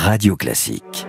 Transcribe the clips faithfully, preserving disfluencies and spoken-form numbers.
Radio Classique.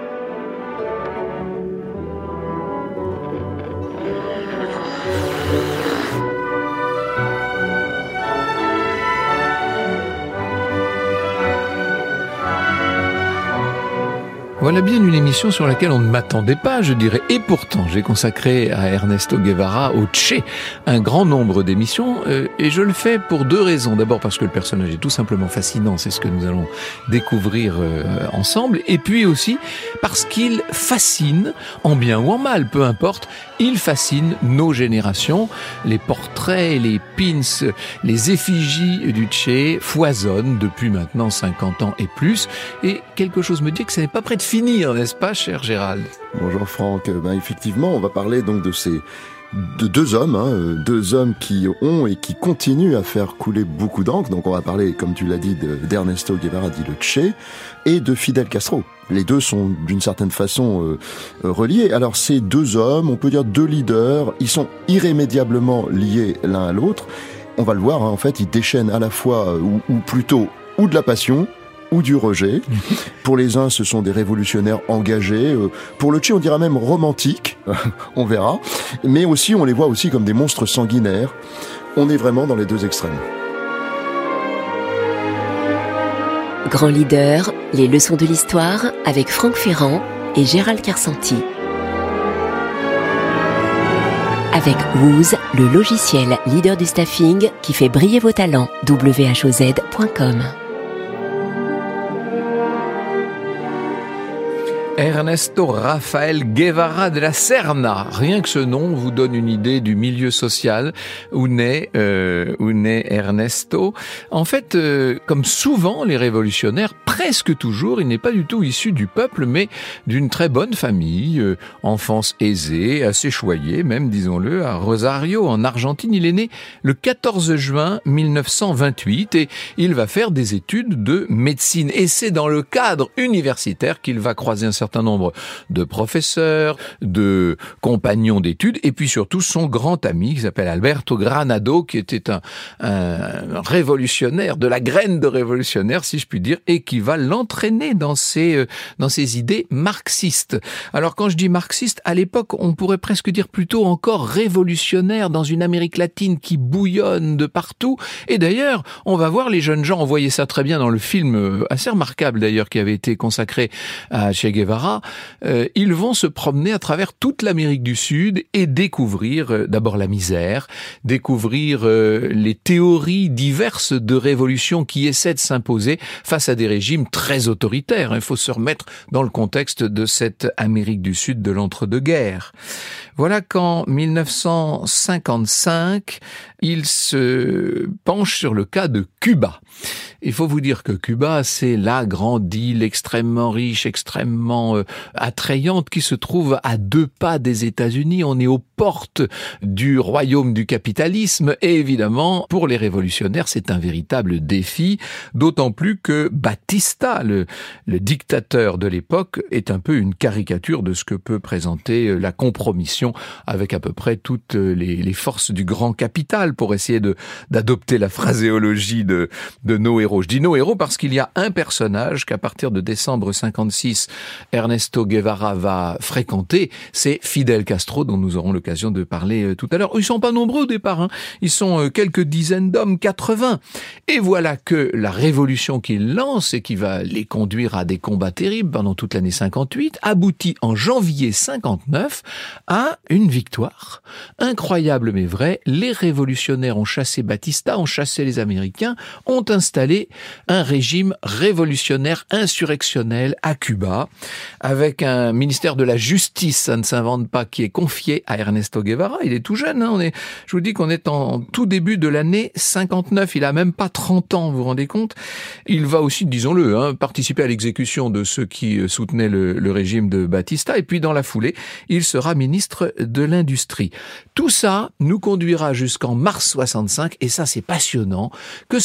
Voilà bien une émission sur laquelle on ne m'attendait pas, je dirais. Et pourtant, j'ai consacré à Ernesto Guevara, au Che, un grand nombre d'émissions. Euh, et je le fais pour deux raisons. D'abord parce que le personnage est tout simplement fascinant. C'est ce que nous allons découvrir euh, ensemble. Et puis aussi parce qu'il fascine, en bien ou en mal, peu importe, il fascine nos générations. Les portraits, les pins, les effigies du Che foisonnent depuis maintenant cinquante ans et plus. Et quelque chose me dit que ça n'est pas près de finir, n'est-ce pas, cher Gérald? Bonjour Franck. Ben effectivement, on va parler donc de ces de deux hommes, hein, deux hommes qui ont et qui continuent à faire couler beaucoup d'encre. Donc on va parler, comme tu l'as dit, de, d'Ernesto Guevara, dit le Che, et de Fidel Castro. Les deux sont d'une certaine façon euh, reliés. Alors ces deux hommes, on peut dire deux leaders, ils sont irrémédiablement liés l'un à l'autre. On va le voir, hein, en fait, ils déchaînent à la fois, euh, ou, ou plutôt, ou de la passion, ou du rejet. Pour les uns, ce sont des révolutionnaires engagés. Pour le Che, on dira même romantiques. On verra. Mais aussi, on les voit aussi comme des monstres sanguinaires. On est vraiment dans les deux extrêmes. Grand leader, les leçons de l'histoire avec Franck Ferrand et Gérald Kersanti. Avec Wooz, le logiciel leader du staffing qui fait briller vos talents. w h o z point com. Ernesto Rafael Guevara de la Serna. Rien que ce nom vous donne une idée du milieu social où naît, euh, où naît Ernesto. En fait, euh, comme souvent les révolutionnaires, presque toujours, il n'est pas du tout issu du peuple, mais d'une très bonne famille, euh, enfance aisée, assez choyée, même, disons-le, à Rosario, en Argentine. Il est né le quatorze juin mille neuf cent vingt-huit et il va faire des études de médecine. Et c'est dans le cadre universitaire qu'il va croiser un certain certain nombre de professeurs, de compagnons d'études, et puis surtout son grand ami qui s'appelle Alberto Granado, qui était un, un révolutionnaire, de la graine de révolutionnaire, si je puis dire, et qui va l'entraîner dans ses, dans ses idées marxistes. Alors quand je dis marxiste, à l'époque, on pourrait presque dire plutôt encore révolutionnaire dans une Amérique latine qui bouillonne de partout. Et d'ailleurs, on va voir, les jeunes gens envoyaient ça très bien dans le film, assez remarquable d'ailleurs, qui avait été consacré à Che Guevara. Euh, ils vont se promener à travers toute l'Amérique du Sud et découvrir euh, d'abord la misère, découvrir euh, les théories diverses de révolution qui essaient de s'imposer face à des régimes très autoritaires. Il faut se remettre dans le contexte de cette Amérique du Sud de l'entre-deux-guerres. Voilà qu'en mille neuf cent cinquante-cinq, il se penche sur le cas de Cuba. Il faut vous dire que Cuba, c'est la grande île extrêmement riche, extrêmement euh, attrayante, qui se trouve à deux pas des États-Unis. On est aux portes du royaume du capitalisme et évidemment, pour les révolutionnaires, c'est un véritable défi, d'autant plus que Batista, le, le dictateur de l'époque, est un peu une caricature de ce que peut présenter la compromission avec à peu près toutes les, les forces du grand capital, pour essayer de d'adopter la phraséologie de, de nos héros. Je dis nos héros parce qu'il y a un personnage qu'à partir de décembre cinquante-six, Ernesto Guevara va fréquenter, c'est Fidel Castro, dont nous aurons l'occasion de parler tout à l'heure. Ils sont pas nombreux au départ, hein. Ils sont quelques dizaines d'hommes, quatre-vingts. Et voilà que la révolution qu'il lance et qui va les conduire à des combats terribles pendant toute l'année cinquante-huit, aboutit en janvier cinquante-neuf à une victoire. Incroyable mais vrai, les révolutionnaires ont chassé Batista, ont chassé les Américains, ont installé un régime révolutionnaire insurrectionnel à Cuba, avec un ministère de la justice, ça ne s'invente pas, qui est confié à Ernesto Guevara. Il est tout jeune, hein, on est, je vous dis qu'on est en tout début de l'année cinquante-neuf, il a même pas trente ans, vous vous rendez compte? Il va aussi, disons-le, hein, participer à l'exécution de ceux qui soutenaient le, le régime de Batista, et puis dans la foulée, il sera ministre de l'Industrie. Tout ça nous conduira jusqu'en mars soixante-cinq, et ça c'est passionnant, que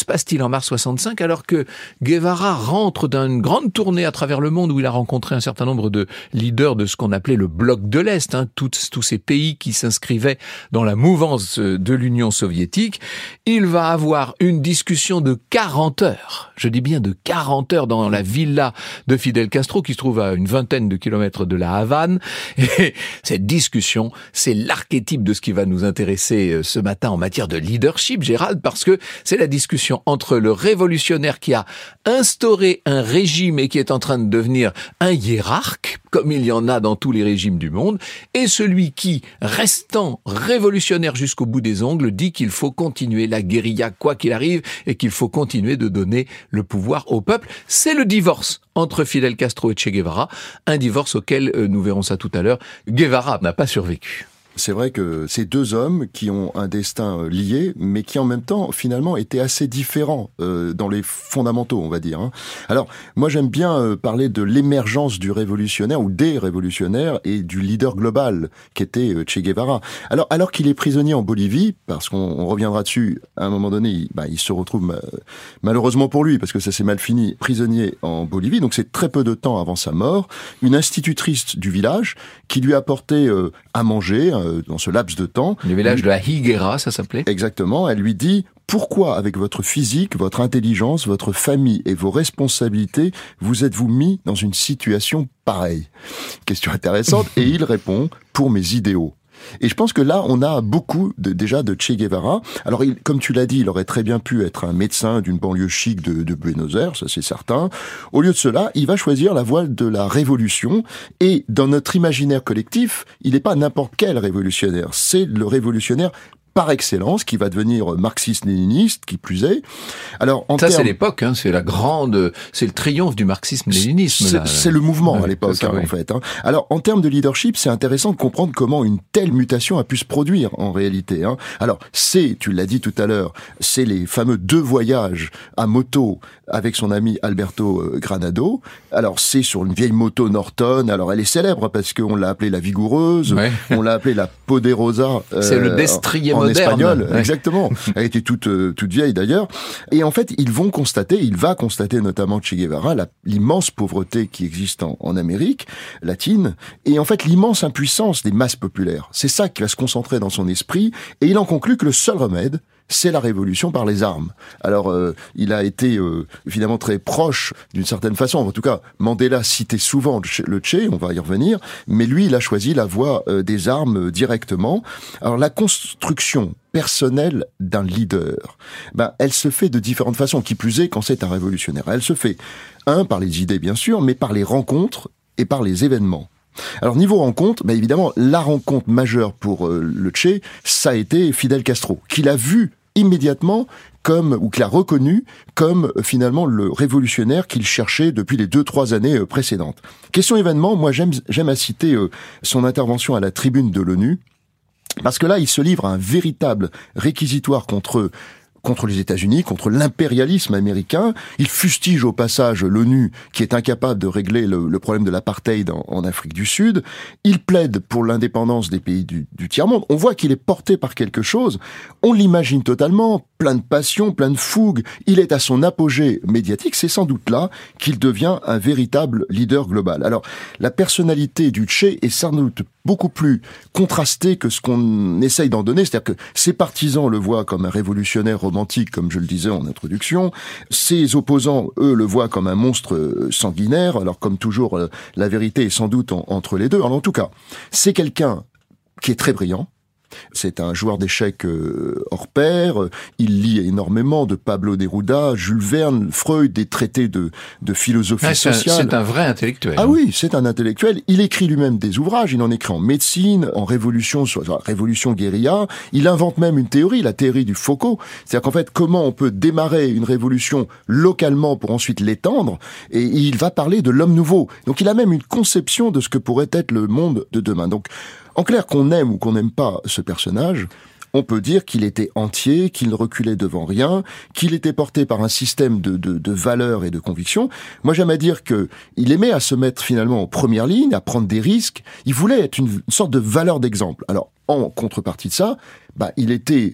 se passe-t-il en mars soixante-cinq alors que Guevara rentre d'une grande tournée à travers le monde où il a rencontré un certain nombre de leaders de ce qu'on appelait le bloc de l'Est, hein, tous, tous ces pays qui s'inscrivaient dans la mouvance de l'Union soviétique. Il va avoir une discussion de quarante heures, je dis bien de quarante heures dans la villa de Fidel Castro qui se trouve à une vingtaine de kilomètres de la Havane. Et cette discussion, c'est l'archétype de ce qui va nous intéresser ce matin en matière de leadership, Gérald, parce que c'est la discussion entre le révolutionnaire qui a instauré un régime et qui est en train de devenir un hiérarque, comme il y en a dans tous les régimes du monde, et celui qui, restant révolutionnaire jusqu'au bout des ongles, dit qu'il faut continuer la guérilla quoi qu'il arrive et qu'il faut continuer de donner le pouvoir au peuple. C'est le divorce entre Fidel Castro et Che Guevara, un divorce auquel, euh, nous verrons ça tout à l'heure, Guevara n'a pas survécu. C'est vrai que ces deux hommes qui ont un destin lié, mais qui en même temps, finalement, étaient assez différents euh, dans les fondamentaux, on va dire. Hein. Alors, moi j'aime bien euh, parler de l'émergence du révolutionnaire, ou des révolutionnaires, et du leader global, qui était euh, Che Guevara. Alors, alors qu'il est prisonnier en Bolivie, parce qu'on on reviendra dessus, à un moment donné, il, bah, il se retrouve, euh, malheureusement pour lui, parce que ça s'est mal fini, prisonnier en Bolivie, donc c'est très peu de temps avant sa mort, une institutrice du village, qui lui apportait euh, à manger, dans ce laps de temps. Le village de la Higuera, ça s'appelait ? Exactement. Elle lui dit « Pourquoi, avec votre physique, votre intelligence, votre famille et vos responsabilités, vous êtes-vous mis dans une situation pareille ?» Question intéressante. Et il répond « Pour mes idéaux ». Et je pense que là, on a beaucoup de, déjà de Che Guevara. Alors, il, comme tu l'as dit, il aurait très bien pu être un médecin d'une banlieue chic de, de Buenos Aires, ça c'est certain. Au lieu de cela, il va choisir la voie de la révolution. Et dans notre imaginaire collectif, il n'est pas n'importe quel révolutionnaire. C'est le révolutionnaire par excellence, qui va devenir marxiste-léniniste, qui plus est. Alors, en ça, termes... c'est l'époque, hein, c'est la grande, c'est le triomphe du marxisme-léninisme. C'est, là. c'est le mouvement ouais, à l'époque, ça, hein, oui. en fait. Hein. Alors, en termes de leadership, c'est intéressant de comprendre comment une telle mutation a pu se produire, en réalité. Hein. Alors, c'est, tu l'as dit tout à l'heure, c'est les fameux deux voyages à moto avec son ami Alberto Granado. Alors, c'est sur une vieille moto Norton. Alors, elle est célèbre parce qu'on l'a appelée la vigoureuse, ouais. on l'a appelée la Poderosa. Euh, c'est le destrier en moderne. espagnol, ouais. exactement. Elle était toute euh, toute vieille d'ailleurs. Et en fait, ils vont constater, il va constater notamment Che Guevara, la, l'immense pauvreté qui existe en, en Amérique latine, et en fait l'immense impuissance des masses populaires. C'est ça qui va se concentrer dans son esprit, et il en conclut que le seul remède, c'est la révolution par les armes. Alors, euh, il a été euh, évidemment très proche, d'une certaine façon. En tout cas, Mandela citait souvent le Che, on va y revenir, mais lui, il a choisi la voie euh, des armes euh, directement. Alors, la construction personnelle d'un leader, ben, elle se fait de différentes façons, qui plus est quand c'est un révolutionnaire. Elle se fait, un, par les idées, bien sûr, mais par les rencontres et par les événements. Alors niveau rencontre, ben évidemment, la rencontre majeure pour euh, le Che, ça a été Fidel Castro, qu'il a vu immédiatement comme, ou qu'il a reconnu comme euh, finalement le révolutionnaire qu'il cherchait depuis les deux, trois années euh, précédentes. Question événement, moi j'aime, j'aime à citer euh, son intervention à la tribune de l'ONU, parce que là il se livre à un véritable réquisitoire contre contre les États-Unis, contre l'impérialisme américain. Il fustige au passage l'ONU, qui est incapable de régler le, le problème de l'apartheid en, en Afrique du Sud. Il plaide pour l'indépendance des pays du, du tiers-monde. On voit qu'il est porté par quelque chose. On l'imagine totalement, plein de passion, plein de fougue. Il est à son apogée médiatique. C'est sans doute là qu'il devient un véritable leader global. Alors, la personnalité du Che est sans doute beaucoup plus contrastée que ce qu'on essaye d'en donner. C'est-à-dire que ses partisans le voient comme un révolutionnaire romantique, comme je le disais en introduction. Ses opposants, eux, le voient comme un monstre sanguinaire. Alors, comme toujours, la vérité est sans doute en, entre les deux. Alors, en tout cas, c'est quelqu'un qui est très brillant. C'est un joueur d'échecs euh, hors pair. Il lit énormément de Pablo Neruda, Jules Verne, Freud, des traités de, de philosophie ah, c'est sociale. Un, c'est un vrai intellectuel. Ah oui, c'est un intellectuel. Il écrit lui-même des ouvrages. Il en écrit en médecine, en révolution, sur la révolution guérilla. Il invente même une théorie, la théorie du Foucault. C'est-à-dire qu'en fait, comment on peut démarrer une révolution localement pour ensuite l'étendre. Et il va parler de l'homme nouveau. Donc il a même une conception de ce que pourrait être le monde de demain. Donc, en clair, qu'on aime ou qu'on n'aime pas ce personnage, on peut dire qu'il était entier, qu'il ne reculait devant rien, qu'il était porté par un système de, de, de valeurs et de convictions. Moi, j'aime à dire que il aimait à se mettre finalement en première ligne, à prendre des risques. Il voulait être une, une sorte de valeur d'exemple. Alors, en contrepartie de ça, bah, il était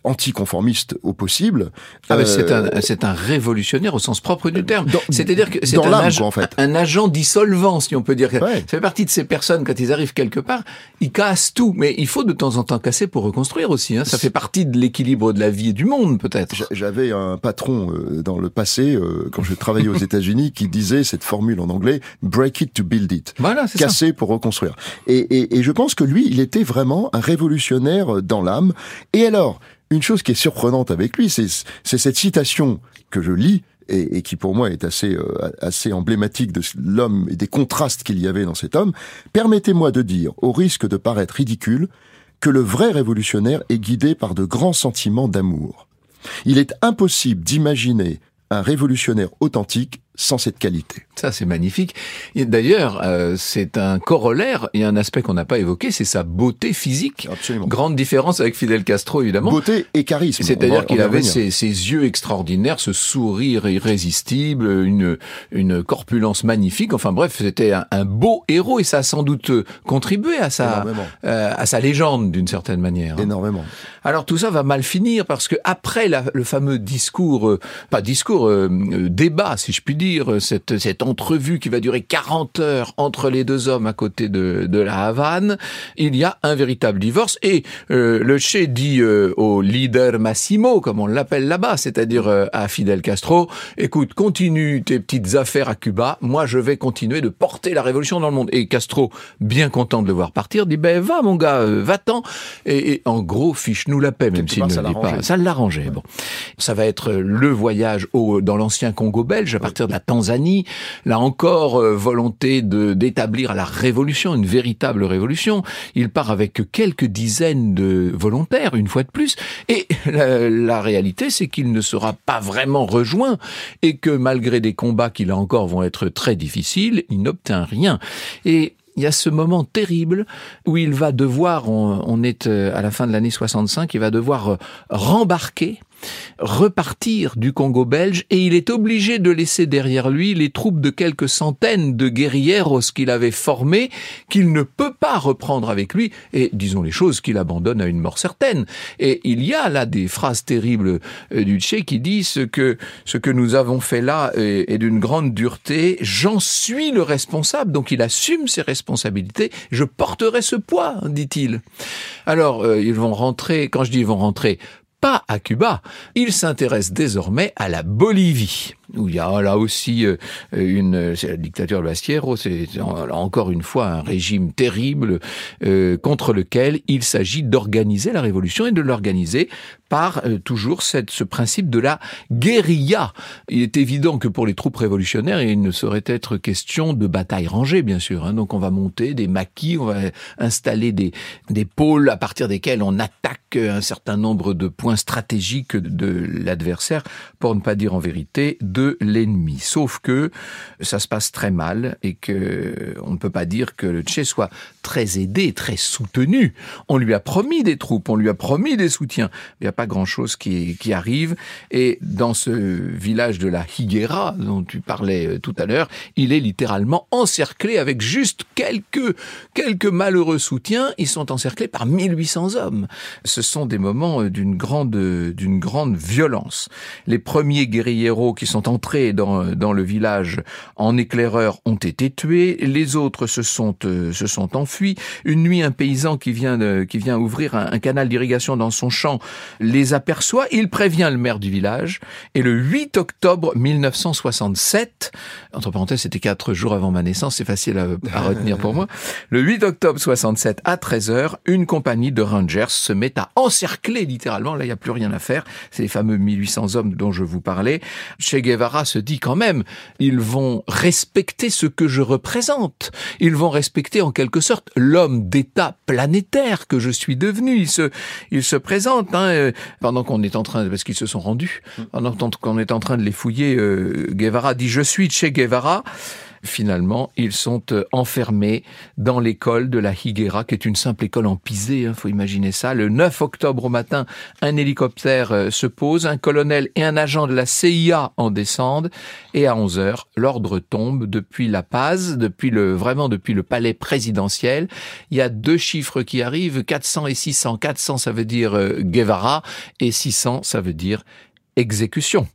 anticonformiste au possible. Ah, mais euh, c'est un, c'est un révolutionnaire au sens propre du terme. Dans, C'est-à-dire que c'est dans un, l'âme, ag- quoi, en fait. un agent dissolvant, si on peut dire. Ouais. Ça fait partie de ces personnes, quand ils arrivent quelque part, ils cassent tout. Mais il faut de temps en temps casser pour reconstruire aussi. Hein. Ça fait partie de l'équilibre de la vie et du monde, peut-être. J'avais un patron euh, dans le passé, euh, quand je travaillais aux États-Unis, qui disait cette formule en anglais « break it to build it ». Voilà, c'est Casser ça. pour reconstruire. Et, et, et je pense que lui, il était vraiment un révolutionnaire dans l'âme. Et alors, une chose qui est surprenante avec lui, c'est, c'est cette citation que je lis, et, et qui pour moi est assez, euh, assez emblématique de l'homme et des contrastes qu'il y avait dans cet homme. « Permettez-moi de dire, au risque de paraître ridicule, que le vrai révolutionnaire est guidé par de grands sentiments d'amour. Il est impossible d'imaginer un révolutionnaire authentique sans cette qualité. » Ça, c'est magnifique. Et d'ailleurs, euh, c'est un corollaire et un aspect qu'on n'a pas évoqué, c'est sa beauté physique. Absolument. Grande différence avec Fidel Castro, évidemment. Beauté et charisme. C'est-à-dire qu'il avait ses, ses yeux extraordinaires, ce sourire irrésistible, une, une corpulence magnifique. Enfin bref, c'était un, un beau héros et ça a sans doute contribué à sa, euh, à sa légende d'une certaine manière. Énormément. Alors tout ça va mal finir parce que après la, le fameux discours, euh, pas discours, euh, débat si je puis dire, cette, cette entrevue qui va durer quarante heures entre les deux hommes à côté de, de la Havane, il y a un véritable divorce et euh, le Che dit euh, au leader Massimo, comme on l'appelle là-bas, c'est-à-dire euh, à Fidel Castro, écoute, continue tes petites affaires à Cuba, moi je vais continuer de porter la révolution dans le monde. Et Castro, bien content de le voir partir, dit ben va mon gars, euh, va-t'en, et, et en gros fiche-nous la paix, même s'il ne le dit pas. Ça l'arrangeait. Bon, ça va être le voyage au, dans l'ancien Congo belge, à partir de la Tanzanie. Là encore, euh, volonté de d'établir la révolution, une véritable révolution. Il part avec quelques dizaines de volontaires, une fois de plus, et la, la réalité, c'est qu'il ne sera pas vraiment rejoint, et que malgré des combats qui, là encore, vont être très difficiles, il n'obtient rien. Et il y a ce moment terrible où il va devoir, on, on est à la fin de l'année soixante-cinq, il va devoir rembarquer, repartir du Congo belge, et il est obligé de laisser derrière lui les troupes de quelques centaines de guerrilleros qu'il avait formés, qu'il ne peut pas reprendre avec lui, et disons les choses, qu'il abandonne à une mort certaine. Et il y a là des phrases terribles du Che qui dit ce que, ce que nous avons fait là est, est d'une grande dureté, j'en suis le responsable, donc il assume ses responsabilités, je porterai ce poids, dit-il. Alors, euh, ils vont rentrer, quand je dis ils vont rentrer, pas à Cuba, il s'intéresse désormais à la Bolivie, où il y a là aussi une, c'est la dictature de Bastiero, c'est encore une fois un régime terrible euh, contre lequel il s'agit d'organiser la révolution et de l'organiser par euh, toujours cette, ce principe de la guérilla. Il est évident que pour les troupes révolutionnaires, il ne saurait être question de bataille rangée, bien sûr. Hein. Donc on va monter des maquis, on va installer des, des pôles à partir desquels on attaque un certain nombre de points stratégiques de l'adversaire, pour ne pas dire en vérité de l'ennemi. Sauf que ça se passe très mal et que on ne peut pas dire que le Che soit très aidé, très soutenu. On lui a promis des troupes, on lui a promis des soutiens. Il n'y a pas grand-chose qui, qui arrive. Et dans ce village de la Higuera, dont tu parlais tout à l'heure, il est littéralement encerclé avec juste quelques, quelques malheureux soutiens. Ils sont encerclés par mille huit cents hommes. Ce sont des moments d'une grande, d'une grande violence. Les premiers guérilleros qui sont entrés dans, dans le village en éclaireur ont été tués. Les autres se sont, euh, se sont enfuis. Une nuit, un paysan qui vient, de, qui vient ouvrir un, un canal d'irrigation dans son champ les aperçoit. Il prévient le maire du village. Et le huit octobre mille neuf cent soixante-sept, entre parenthèses, c'était quatre jours avant ma naissance, c'est facile à, à retenir pour moi. Le huit octobre soixante-sept à treize heures, une compagnie de Rangers se met à encercler littéralement. Là, il n'y a plus rien à faire. C'est les fameux mille huit cents hommes dont je vous parlais. Che Guevara se dit quand même, ils vont respecter ce que je représente. Ils vont respecter en quelque sorte l'homme d'État planétaire que je suis devenu. Il se, il se présente, hein, pendant qu'on est en train, parce qu'ils se sont rendus, pendant qu'on est en train de les fouiller, euh, Guevara dit « Je suis Che Guevara ». Finalement, ils sont enfermés dans l'école de la Higuera, qui est une simple école en pisé, hein, faut imaginer ça. Le neuf octobre au matin, un hélicoptère euh, se pose, un colonel et un agent de la C I A en descendent, et à onze heures, l'ordre tombe depuis La Paz, depuis le, vraiment depuis le palais présidentiel. Il y a deux chiffres qui arrivent, quatre cents et six cents. quatre cents, ça veut dire euh, Guevara, et six cents, ça veut dire exécution.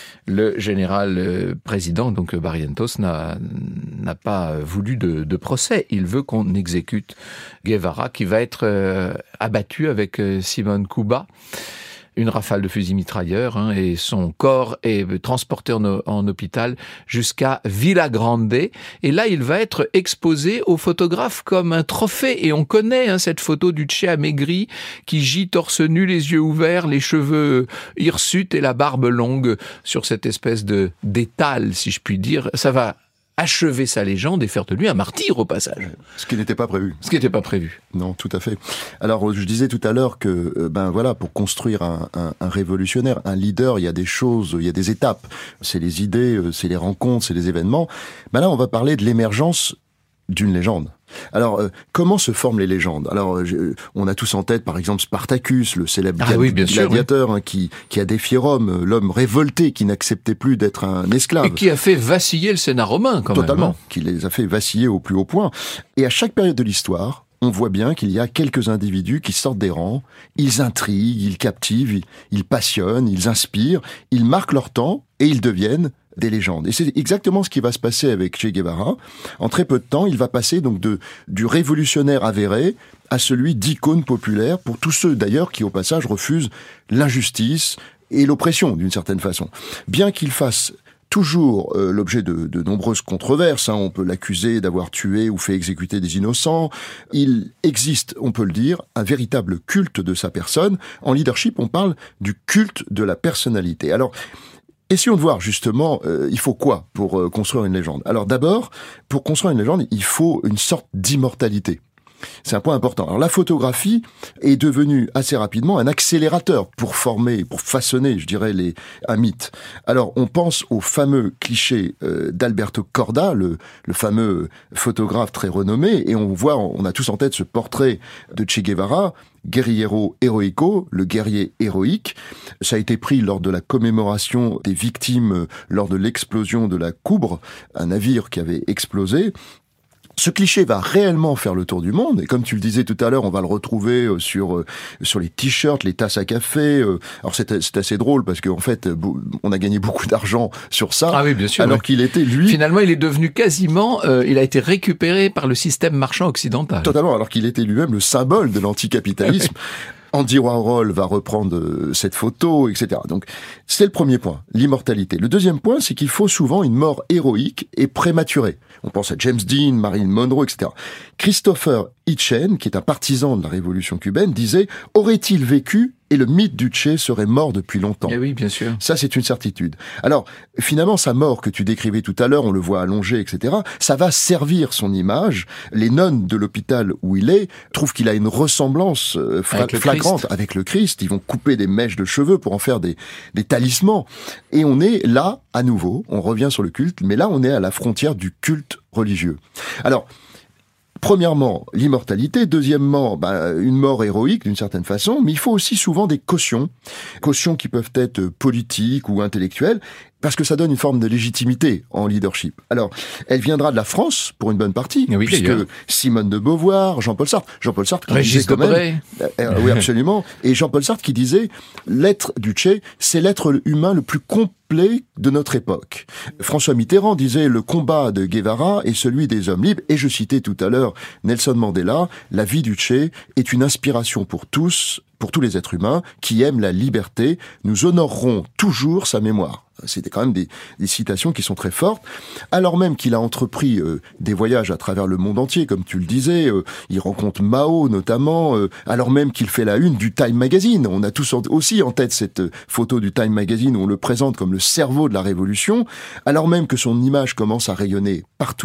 Le général euh, président, donc Barrientos, n'a, n'a pas voulu de, de procès. Il veut qu'on exécute Guevara, qui va être euh, abattu avec euh, Simón Cuba. Une rafale de fusil mitrailleur, hein, et son corps est transporté en, en hôpital jusqu'à Villa Grande. Et là, il va être exposé aux photographes comme un trophée. Et on connaît hein, cette photo du Che amaigri qui gît torse nu, les yeux ouverts, les cheveux hirsutes et la barbe longue sur cette espèce de d'étal, si je puis dire. Ça va achever sa légende et faire de lui un martyr au passage. Ce qui n'était pas prévu. Ce qui n'était pas prévu. Non, tout à fait. Alors, je disais tout à l'heure que, ben voilà, pour construire un, un, un révolutionnaire, un leader, il y a des choses, il y a des étapes. C'est les idées, c'est les rencontres, c'est les événements. Ben là, on va parler de l'émergence d'une légende. Alors, euh, comment se forment les légendes ? Alors, euh, on a tous en tête, par exemple, Spartacus, le célèbre ah, oui, gladiateur sûr, oui. hein, qui, qui a défié Rome, l'homme révolté qui n'acceptait plus d'être un esclave. Et qui a fait vaciller le Sénat romain, quand Totalement, même. Totalement, qui les a fait vaciller au plus haut point. Et à chaque période de l'histoire, on voit bien qu'il y a quelques individus qui sortent des rangs, ils intriguent, ils captivent, ils, ils passionnent, ils inspirent, ils marquent leur temps et ils deviennent des légendes. Et c'est exactement ce qui va se passer avec Che Guevara. En très peu de temps, il va passer donc de du révolutionnaire avéré à celui d'icône populaire pour tous ceux d'ailleurs qui au passage refusent l'injustice et l'oppression d'une certaine façon. Bien qu'il fasse toujours euh, l'objet de, de nombreuses controverses, hein. On peut l'accuser d'avoir tué ou fait exécuter des innocents. Il existe, on peut le dire, un véritable culte de sa personne. En leadership, on parle du culte de la personnalité. Alors, essayons de voir justement, euh, il faut quoi pour euh, construire une légende ? Alors d'abord, pour construire une légende, il faut une sorte d'immortalité. C'est un point important. Alors la photographie est devenue assez rapidement un accélérateur pour former, pour façonner, je dirais, les, un mythe. Alors on pense au fameux cliché euh, d'Alberto Corda, le, le fameux photographe très renommé, et on voit, on a tous en tête ce portrait de Che Guevara, Guerriero Heroico, le guerrier héroïque. Ça a été pris lors de la commémoration des victimes lors de l'explosion de la Coubre, un navire qui avait explosé. Ce cliché va réellement faire le tour du monde, et comme tu le disais tout à l'heure, on va le retrouver sur sur les t-shirts, les tasses à café. Alors c'est c'est assez drôle parce qu'en fait, on a gagné beaucoup d'argent sur ça. Ah oui, bien sûr. Alors oui. qu'il était lui. Finalement, il est devenu quasiment. Euh, il a été récupéré par le système marchand occidental. Totalement. Alors qu'il était lui-même le symbole de l'anticapitalisme. Andy Warhol va reprendre cette photo, et cetera. Donc, c'est le premier point, l'immortalité. Le deuxième point, c'est qu'il faut souvent une mort héroïque et prématurée. On pense à James Dean, Marilyn Monroe, et cetera. Christopher Hitchens, qui est un partisan de la révolution cubaine, disait « Aurait-il vécu et le mythe du Che serait mort depuis longtemps ?» Eh oui, bien sûr. Ça, c'est une certitude. Alors, finalement, sa mort que tu décrivais tout à l'heure, on le voit allongé, et cetera, ça va servir son image. Les nonnes de l'hôpital où il est trouvent qu'il a une ressemblance fra- avec flagrante Christ. avec le Christ. Ils vont couper des mèches de cheveux pour en faire des, des talismans. Et on est là, à nouveau, on revient sur le culte, mais là, on est à la frontière du culte religieux. Alors, premièrement, l'immortalité. Deuxièmement, bah, une mort héroïque d'une certaine façon. Mais il faut aussi souvent des cautions. Cautions qui peuvent être politiques ou intellectuelles, parce que ça donne une forme de légitimité en leadership. Alors, elle viendra de la France, pour une bonne partie, oui, puisque d'ailleurs. Simone de Beauvoir, Jean-Paul Sartre, Jean-Paul Sartre qui Régis disait quand Debray. même, euh, oui, absolument, et Jean-Paul Sartre qui disait, l'être du Che, c'est l'être humain le plus complet de notre époque. François Mitterrand disait, le combat de Guevara est celui des hommes libres, et je citais tout à l'heure Nelson Mandela, la vie du Che est une inspiration pour tous, pour tous les êtres humains qui aiment la liberté. Nous honorerons toujours sa mémoire. C'était quand même des, des citations qui sont très fortes. Alors même qu'il a entrepris euh, des voyages à travers le monde entier, comme tu le disais, euh, il rencontre Mao notamment, euh, alors même qu'il fait la une du Time Magazine. On a tous en, aussi en tête cette photo du Time Magazine où on le présente comme le cerveau de la révolution, alors même que son image commence à rayonner partout.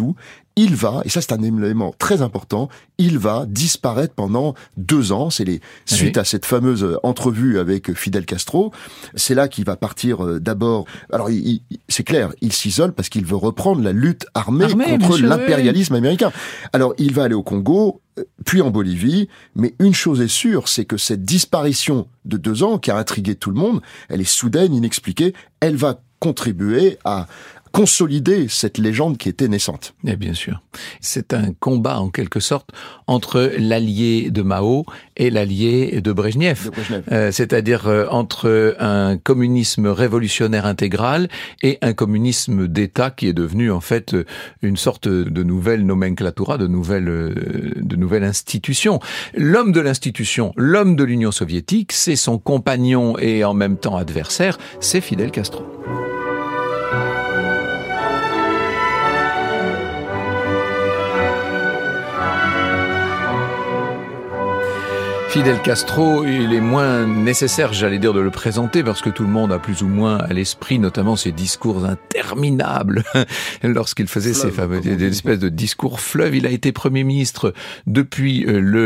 il va, et ça c'est un élément très important, il va disparaître pendant deux ans. C'est les suite oui. à cette fameuse entrevue avec Fidel Castro. C'est là qu'il va partir euh, d'abord. Alors, il, il, c'est clair, il s'isole parce qu'il veut reprendre la lutte armée, armée contre l'impérialisme oui. américain. Alors, il va aller au Congo, puis en Bolivie, mais une chose est sûre, c'est que cette disparition de deux ans, qui a intrigué tout le monde, elle est soudaine, inexpliquée, elle va contribuer à consolider cette légende qui était naissante. Et bien sûr. C'est un combat, en quelque sorte, entre l'allié de Mao et l'allié de Brejnev. De Brejnev. Euh, c'est-à-dire euh, entre un communisme révolutionnaire intégral et un communisme d'État qui est devenu, en fait, une sorte de nouvelle nomenclatura, de nouvelle, de nouvelle institution. L'homme de l'institution, l'homme de l'Union soviétique, c'est son compagnon et en même temps adversaire, c'est Fidel Castro. Fidel Castro, il est moins nécessaire, j'allais dire, de le présenter parce que tout le monde a plus ou moins à l'esprit, notamment ses discours interminables lorsqu'il faisait fleuve, ses fameux des, des espèces de discours fleuves. Il a été Premier ministre depuis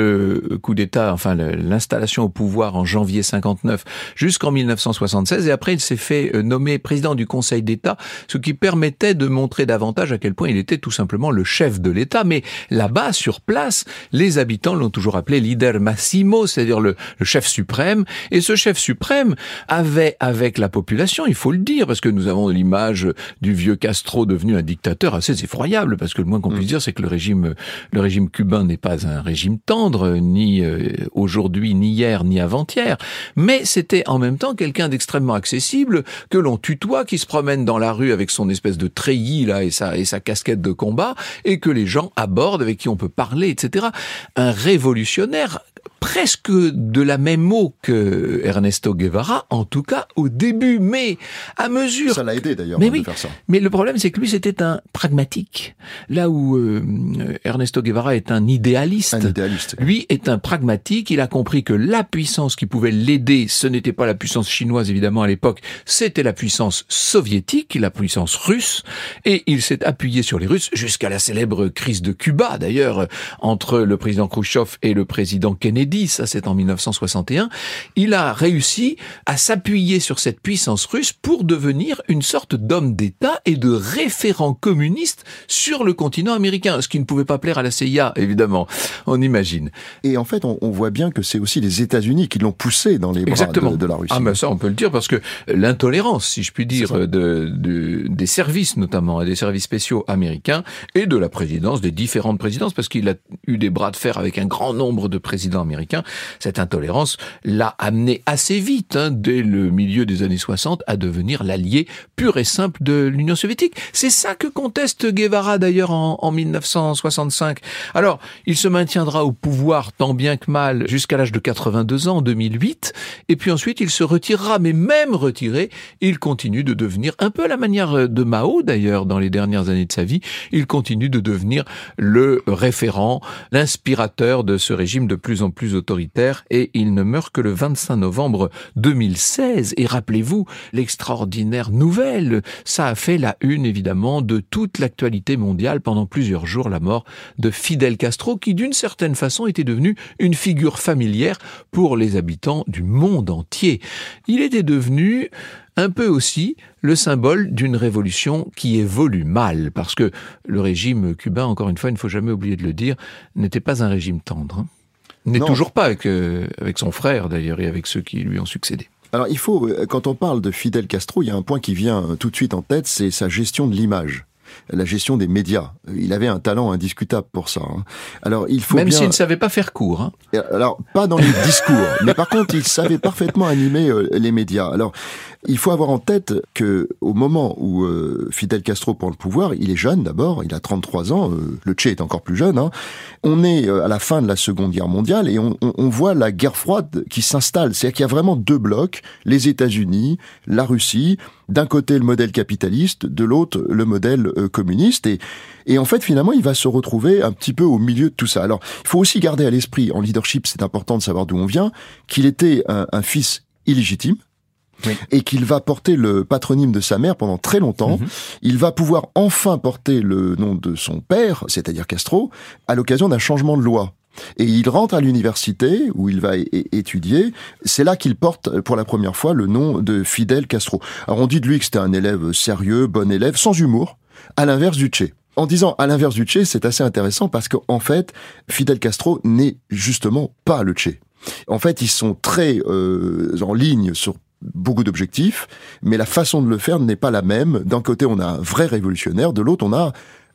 le coup d'État, enfin l'installation au pouvoir en janvier cinquante-neuf jusqu'en mille neuf cent soixante-seize et après il s'est fait nommer président du Conseil d'État, ce qui permettait de montrer davantage à quel point il était tout simplement le chef de l'État. Mais là-bas, sur place, les habitants l'ont toujours appelé leader massimo, c'est-à-dire le, le chef suprême. Et ce chef suprême avait, avec la population, il faut le dire, parce que nous avons l'image du vieux Castro devenu un dictateur assez effroyable, parce que le moins qu'on puisse dire, c'est que le régime, le régime cubain n'est pas un régime tendre, ni euh, aujourd'hui, ni hier, ni avant-hier. Mais c'était en même temps quelqu'un d'extrêmement accessible, que l'on tutoie, qui se promène dans la rue avec son espèce de treillis, là, et sa, et sa casquette de combat, et que les gens abordent, avec qui on peut parler, et cetera. Un révolutionnaire presque de la même eau que Ernesto Guevara, en tout cas au début, mais à mesure... Ça l'a aidé d'ailleurs mais hein, oui, de faire ça. Mais le problème, c'est que lui, c'était un pragmatique. Là où euh, Ernesto Guevara est un idéaliste, un idéaliste, lui est un pragmatique. Il a compris que la puissance qui pouvait l'aider, ce n'était pas la puissance chinoise, évidemment, à l'époque, c'était la puissance soviétique, la puissance russe, et il s'est appuyé sur les Russes jusqu'à la célèbre crise de Cuba, d'ailleurs, entre le président Khrouchtchev et le président Kennedy. Ça c'est en mille neuf cent soixante et un, il a réussi à s'appuyer sur cette puissance russe pour devenir une sorte d'homme d'État et de référent communiste sur le continent américain, ce qui ne pouvait pas plaire à la C I A, évidemment, on imagine. Et en fait, on, on voit bien que c'est aussi les États-Unis qui l'ont poussé dans les bras de, de la Russie. Ah ben ça, on peut le dire, parce que l'intolérance, si je puis dire, de, de, des services notamment, et des services spéciaux américains, et de la présidence, des différentes présidences, parce qu'il a eu des bras de fer avec un grand nombre de présidents américains, cette intolérance l'a amené assez vite, hein, dès le milieu des années soixante, à devenir l'allié pur et simple de l'Union soviétique. C'est ça que conteste Guevara d'ailleurs en, en mille neuf cent soixante-cinq. Alors, il se maintiendra au pouvoir tant bien que mal jusqu'à l'âge de quatre-vingt-deux ans, en deux mille huit, et puis ensuite il se retirera, mais même retiré, il continue de devenir, un peu à la manière de Mao d'ailleurs dans les dernières années de sa vie, il continue de devenir le référent, l'inspirateur de ce régime de plus en plus autoritaire, et il ne meurt que le vingt-cinq novembre deux mille seize. Et rappelez-vous, l'extraordinaire nouvelle, ça a fait la une évidemment de toute l'actualité mondiale pendant plusieurs jours, la mort de Fidel Castro, qui d'une certaine façon était devenu une figure familière pour les habitants du monde entier. Il était devenu un peu aussi le symbole d'une révolution qui évolue mal, parce que le régime cubain, encore une fois, il ne faut jamais oublier de le dire, n'était pas un régime tendre, hein. N'est non. toujours pas avec, euh, avec son frère d'ailleurs et avec ceux qui lui ont succédé. Alors il faut, quand on parle de Fidel Castro, il y a un point qui vient tout de suite en tête, c'est sa gestion de l'image. La gestion des médias. Il avait un talent indiscutable pour ça. Hein. Alors, il faut Même bien... s'il ne savait pas faire court. Hein. Alors, pas dans les discours, mais par contre, il savait parfaitement animer euh, les médias. Alors, il faut avoir en tête que au moment où euh, Fidel Castro prend le pouvoir, il est jeune d'abord, il a trente-trois ans, euh, le Che est encore plus jeune. Hein. On est euh, à la fin de la Seconde Guerre mondiale et on, on, on voit la guerre froide qui s'installe. C'est-à-dire qu'il y a vraiment deux blocs, les États-Unis, la Russie. D'un côté le modèle capitaliste, de l'autre le modèle euh, communiste, et, et en fait finalement il va se retrouver un petit peu au milieu de tout ça. Alors il faut aussi garder à l'esprit, en leadership c'est important de savoir d'où on vient, qu'il était un, un fils illégitime, oui. et qu'il va porter le patronyme de sa mère pendant très longtemps. Mmh. Il va pouvoir enfin porter le nom de son père, c'est-à-dire Castro, à l'occasion d'un changement de loi. Et il rentre à l'université où il va é- étudier. C'est là qu'il porte pour la première fois le nom de Fidel Castro. Alors on dit de lui que c'était un élève sérieux, bon élève, sans humour, à l'inverse du Che. En disant à l'inverse du Che, c'est assez intéressant parce qu'en fait, Fidel Castro n'est justement pas le Che. En fait, ils sont très euh, en ligne sur beaucoup d'objectifs, mais la façon de le faire n'est pas la même. D'un côté, on a un vrai révolutionnaire, de l'autre, on a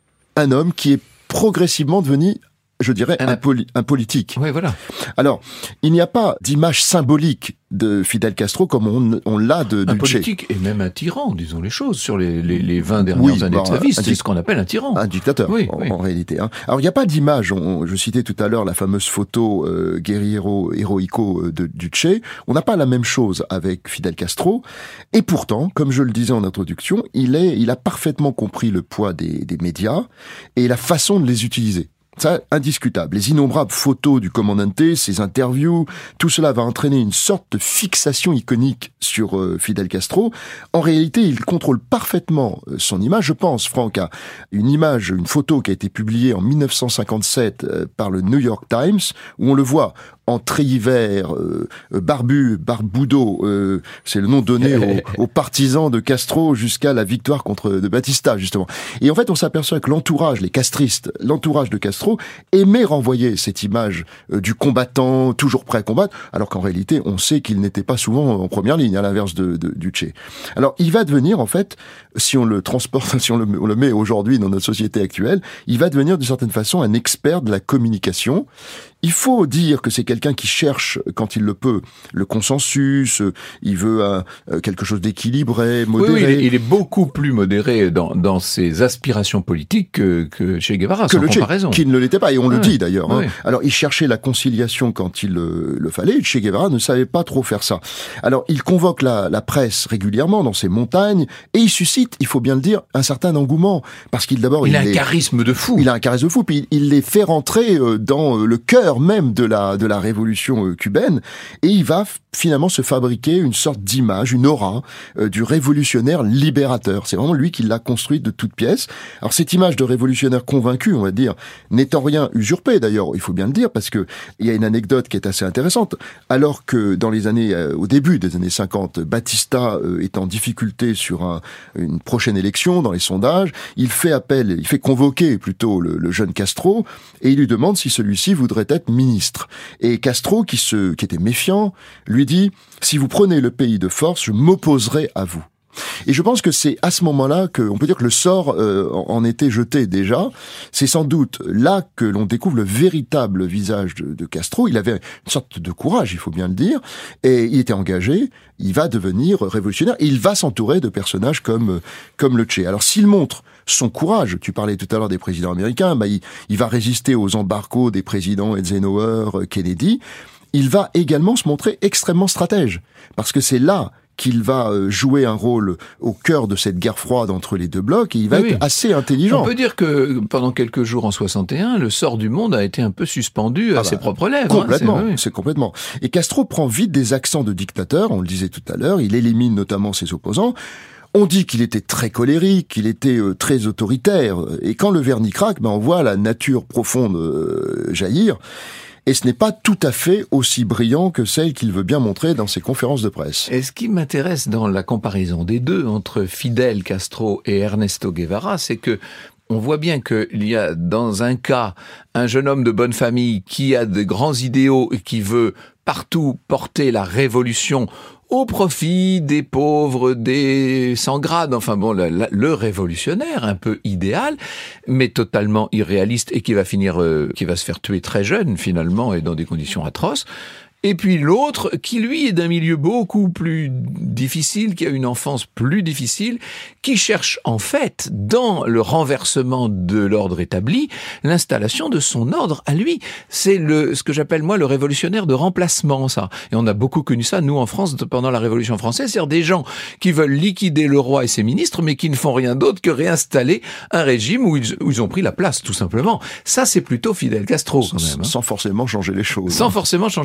un homme qui est progressivement devenu, je dirais, un, poli- un politique. Oui, voilà. Alors, il n'y a pas d'image symbolique de Fidel Castro comme on, on l'a de, de un Che. politique et même un tyran, disons les choses, sur les, les, les vingt dernières oui, années bah, de sa vie, c'est dic- ce qu'on appelle un tyran. Un dictateur, oui, en, oui. en réalité. Hein. Alors, il n'y a pas d'image. On, je citais tout à l'heure la fameuse photo euh, Guerriero Heroico euh, de, du Che. On n'a pas la même chose avec Fidel Castro. Et pourtant, comme je le disais en introduction, il, est, il a parfaitement compris le poids des, des médias et la façon de les utiliser. Ça, indiscutable. Les innombrables photos du Comandante, ses interviews, tout cela va entraîner une sorte de fixation iconique sur euh, Fidel Castro. En réalité, il contrôle parfaitement euh, son image. Je pense, Franck, à une image, une photo qui a été publiée en dix-neuf cent cinquante-sept euh, par le New York Times, où on le voit en treillis vert, euh, barbu, barboudo, euh, c'est le nom donné aux, aux partisans de Castro jusqu'à la victoire contre de Batista, justement. Et en fait, on s'aperçoit que l'entourage, les castristes, l'entourage de Castro aimait renvoyer cette image euh, du combattant toujours prêt à combattre, alors qu'en réalité, on sait qu'il n'était pas souvent en première ligne, à l'inverse de, de, du Che. Alors, il va devenir, en fait, si on le transporte, si on le, on le met aujourd'hui dans notre société actuelle, il va devenir d'une certaine façon un expert de la communication. Il faut dire que c'est quelqu'un qui cherche, quand il le peut, le consensus, il veut un, quelque chose d'équilibré, modéré. Oui, oui, il, est, il est beaucoup plus modéré dans, dans ses aspirations politiques que, que Che Guevara, que sans le comparaison. Che, qui ne l'était pas, et on ouais, le dit d'ailleurs. Ouais. Hein. Alors, il cherchait la conciliation quand il le, le fallait, Che Guevara ne savait pas trop faire ça. Alors, il convoque la, la presse régulièrement dans ses montagnes, et il suscite, il faut bien le dire, un certain engouement, parce qu'il d'abord... Il, il a un est, charisme de fou. Il a un charisme de fou, puis il, il les fait rentrer dans le cœur même de la de la révolution cubaine, et il va finalement se fabriquer une sorte d'image, une aura euh, du révolutionnaire libérateur. C'est vraiment lui qui l'a construite de toutes pièces. Alors cette image de révolutionnaire convaincu, on va dire, n'étant rien usurpé d'ailleurs, il faut bien le dire, parce que il y a une anecdote qui est assez intéressante. Alors que dans les années, euh, au début des années cinquante, Batista euh, est en difficulté sur un, une prochaine élection dans les sondages, il fait appel, il fait convoquer plutôt le, le jeune Castro, et il lui demande si celui-ci voudrait être ministre. Et Castro, qui, se, qui était méfiant, lui dit « Si vous prenez le pays de force, je m'opposerai à vous ». Et je pense que c'est à ce moment-là qu'on peut dire que le sort euh, en était jeté déjà. C'est sans doute là que l'on découvre le véritable visage de, de Castro. Il avait une sorte de courage, il faut bien le dire, et il était engagé. Il va devenir révolutionnaire et il va s'entourer de personnages comme comme le Che. Alors s'il montre son courage, tu parlais tout à l'heure des présidents américains, bah il, il va résister aux embargos des présidents Eisenhower, Kennedy. Il va également se montrer extrêmement stratège, parce que c'est là qu'il va jouer un rôle au cœur de cette guerre froide entre les deux blocs, et il va oui, être oui. assez intelligent. On peut dire que pendant quelques jours en soixante et un, le sort du monde a été un peu suspendu à ah bah, ses propres lèvres. Complètement, hein, c'est, oui. c'est complètement. Et Castro prend vite des accents de dictateur, on le disait tout à l'heure, il élimine notamment ses opposants. On dit qu'il était très colérique, qu'il était euh, très autoritaire, et quand le vernis craque, ben on voit la nature profonde euh, jaillir. Et ce n'est pas tout à fait aussi brillant que celle qu'il veut bien montrer dans ses conférences de presse. Et ce qui m'intéresse dans la comparaison des deux, entre Fidel Castro et Ernesto Guevara, c'est que on voit bien qu'il y a dans un cas un jeune homme de bonne famille qui a de grands idéaux et qui veut partout porter la révolution au profit des pauvres, des sans-grades, enfin bon, le, le révolutionnaire un peu idéal, mais totalement irréaliste et qui va finir, euh, qui va se faire tuer très jeune finalement et dans des conditions atroces. Et puis l'autre, qui lui est d'un milieu beaucoup plus difficile, qui a une enfance plus difficile, qui cherche en fait, dans le renversement de l'ordre établi, l'installation de son ordre à lui. C'est le, ce que j'appelle moi le révolutionnaire de remplacement, ça. Et on a beaucoup connu ça, nous en France, pendant la Révolution française, c'est-à-dire des gens qui veulent liquider le roi et ses ministres, mais qui ne font rien d'autre que réinstaller un régime où ils, où ils ont pris la place, tout simplement. Ça, c'est plutôt Fidel Castro, quand même. Hein. Sans forcément changer les choses. Sans hein. forcément changer les choses.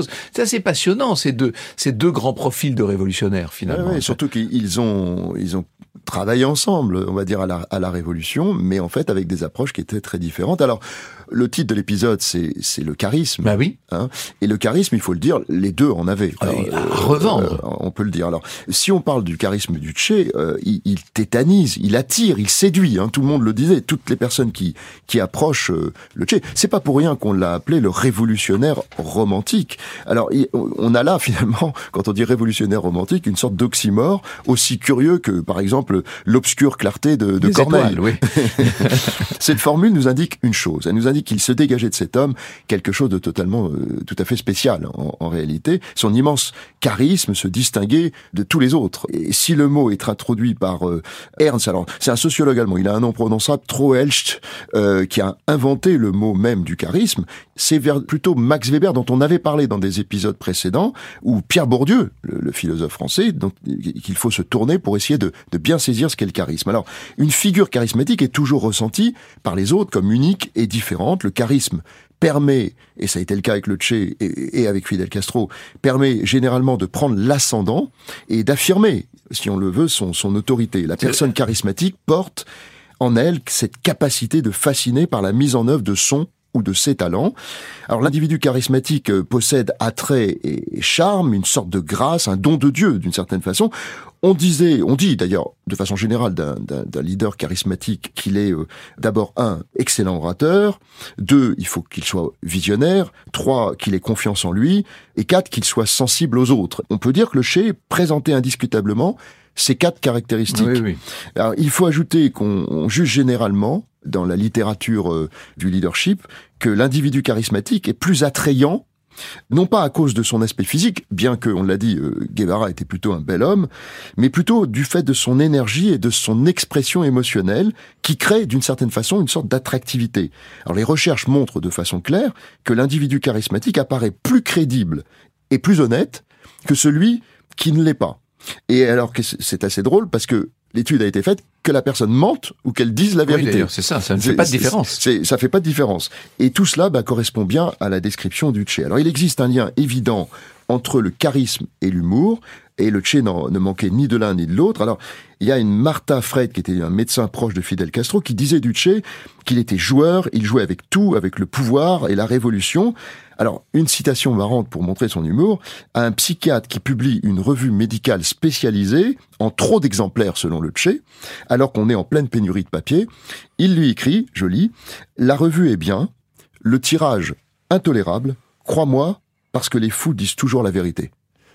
C'est assez passionnant, ces deux, ces deux grands profils de révolutionnaires, finalement. Ouais, ouais, surtout qu'ils ont, ils ont travaillé ensemble, on va dire, à la, à la Révolution, mais en fait avec des approches qui étaient très différentes. Alors, le titre de l'épisode, c'est, c'est le charisme. Bah oui. Hein, et le charisme, il faut le dire, les deux en avaient. Alors, Alors, à revendre. Euh, on peut le dire. Alors, si on parle du charisme du Che, euh, il, il tétanise, il attire, il séduit. Hein, tout le monde le disait. Toutes les personnes qui qui approchent euh, le Che, c'est pas pour rien qu'on l'a appelé le révolutionnaire romantique. Alors, il, on a là finalement, quand on dit révolutionnaire romantique, une sorte d'oxymore aussi curieux que, par exemple, l'obscure clarté de, de Corneille. Étoiles, oui. Cette formule nous indique une chose. Elle nous indique qu'il se dégageait de cet homme quelque chose de totalement, euh, tout à fait spécial en, en réalité. Son immense charisme se distinguait de tous les autres. Et si le mot est introduit par euh, Ernst, alors c'est un sociologue allemand, il a un nom prononçable, Troeltsch, euh, qui a inventé le mot même du charisme. C'est vers, plutôt Max Weber, dont on avait parlé dans des épisodes précédents, ou Pierre Bourdieu, le, le philosophe français, dont, qu'il faut se tourner pour essayer de, de bien saisir ce qu'est le charisme. Alors, une figure charismatique est toujours ressentie par les autres comme unique et différente. Le charisme permet, et ça a été le cas avec le Che et, et avec Fidel Castro, permet généralement de prendre l'ascendant et d'affirmer, si on le veut, son, son autorité. La personne charismatique porte en elle cette capacité de fasciner par la mise en œuvre de son ou de ses talents. Alors l'individu charismatique possède attrait et charme, une sorte de grâce, un don de Dieu d'une certaine façon. On disait, on dit d'ailleurs de façon générale d'un, d'un, d'un leader charismatique qu'il est euh, d'abord un excellent orateur, deux il faut qu'il soit visionnaire, trois qu'il ait confiance en lui, et quatre qu'il soit sensible aux autres. On peut dire que le Che présentait indiscutablement ces quatre caractéristiques. Oui, oui. Alors il faut ajouter qu'on on juge généralement dans la littérature euh, du leadership que l'individu charismatique est plus attrayant, non pas à cause de son aspect physique, bien que, on l'a dit, euh, Guevara était plutôt un bel homme, mais plutôt du fait de son énergie et de son expression émotionnelle qui crée d'une certaine façon une sorte d'attractivité. Alors les recherches montrent de façon claire que l'individu charismatique apparaît plus crédible et plus honnête que celui qui ne l'est pas. Et alors que c'est assez drôle parce que l'étude a été faite que la personne mente ou qu'elle dise la vérité. Oui, d'ailleurs, c'est ça, ça ne fait pas de différence. C'est, c'est, ça fait pas de différence. Et tout cela bah, correspond bien à la description du Che. Alors il existe un lien évident entre le charisme et l'humour, et le Che ne manquait ni de l'un ni de l'autre. Alors, il y a une Martha Fred, qui était un médecin proche de Fidel Castro, qui disait du Che qu'il était joueur, il jouait avec tout, avec le pouvoir et la révolution. Alors, une citation marrante pour montrer son humour, un psychiatre qui publie une revue médicale spécialisée, en trop d'exemplaires selon le Che, alors qu'on est en pleine pénurie de papier, il lui écrit, je lis, « La revue est bien, le tirage intolérable, crois-moi, parce que les fous disent toujours la vérité. »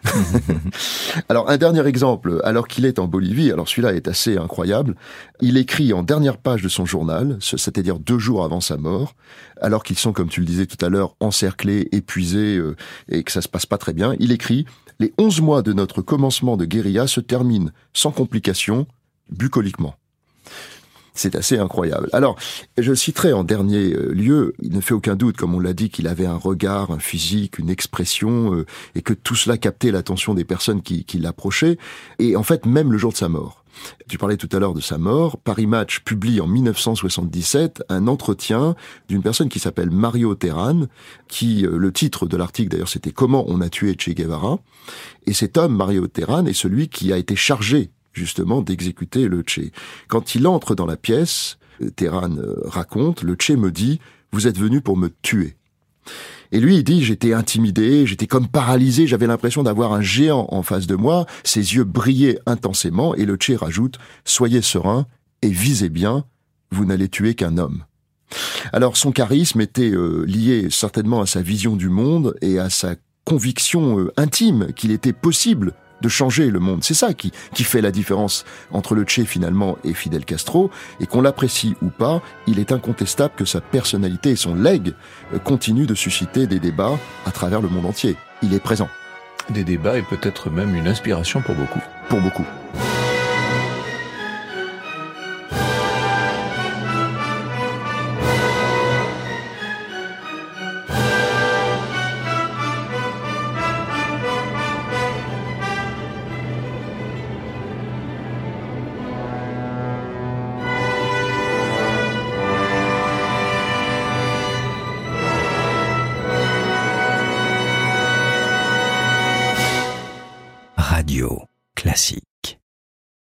Alors, un dernier exemple, alors qu'il est en Bolivie, alors celui-là est assez incroyable, il écrit en dernière page de son journal, c'est-à-dire deux jours avant sa mort, alors qu'ils sont, comme tu le disais tout à l'heure, encerclés, épuisés, euh, et que ça se passe pas très bien, il écrit « Les onze mois de notre commencement de guérilla se terminent sans complications, bucoliquement. » C'est assez incroyable. Alors, je citerai en dernier lieu, il ne fait aucun doute, comme on l'a dit, qu'il avait un regard, un physique, une expression, euh, et que tout cela captait l'attention des personnes qui, qui l'approchaient, et en fait, même le jour de sa mort. Tu parlais tout à l'heure de sa mort. Paris Match publie en mille neuf cent soixante-dix-sept un entretien d'une personne qui s'appelle Mario Terán, qui, euh, le titre de l'article d'ailleurs, c'était « Comment on a tué Che Guevara ?» Et cet homme, Mario Terán, est celui qui a été chargé justement d'exécuter le Che. Quand il entre dans la pièce, Terán raconte, le Che me dit « Vous êtes venu pour me tuer ». Et lui, il dit « J'étais intimidé, j'étais comme paralysé, j'avais l'impression d'avoir un géant en face de moi, ses yeux brillaient intensément. » Et le Che rajoute « Soyez serein et visez bien, vous n'allez tuer qu'un homme. » Alors son charisme était euh, lié certainement à sa vision du monde et à sa conviction euh, intime qu'il était possible de changer le monde. C'est ça qui, qui fait la différence entre le Che finalement et Fidel Castro, et qu'on l'apprécie ou pas, il est incontestable que sa personnalité et son legs continuent de susciter des débats à travers le monde entier. Il est présent. Des débats et peut-être même une inspiration pour beaucoup. Pour beaucoup.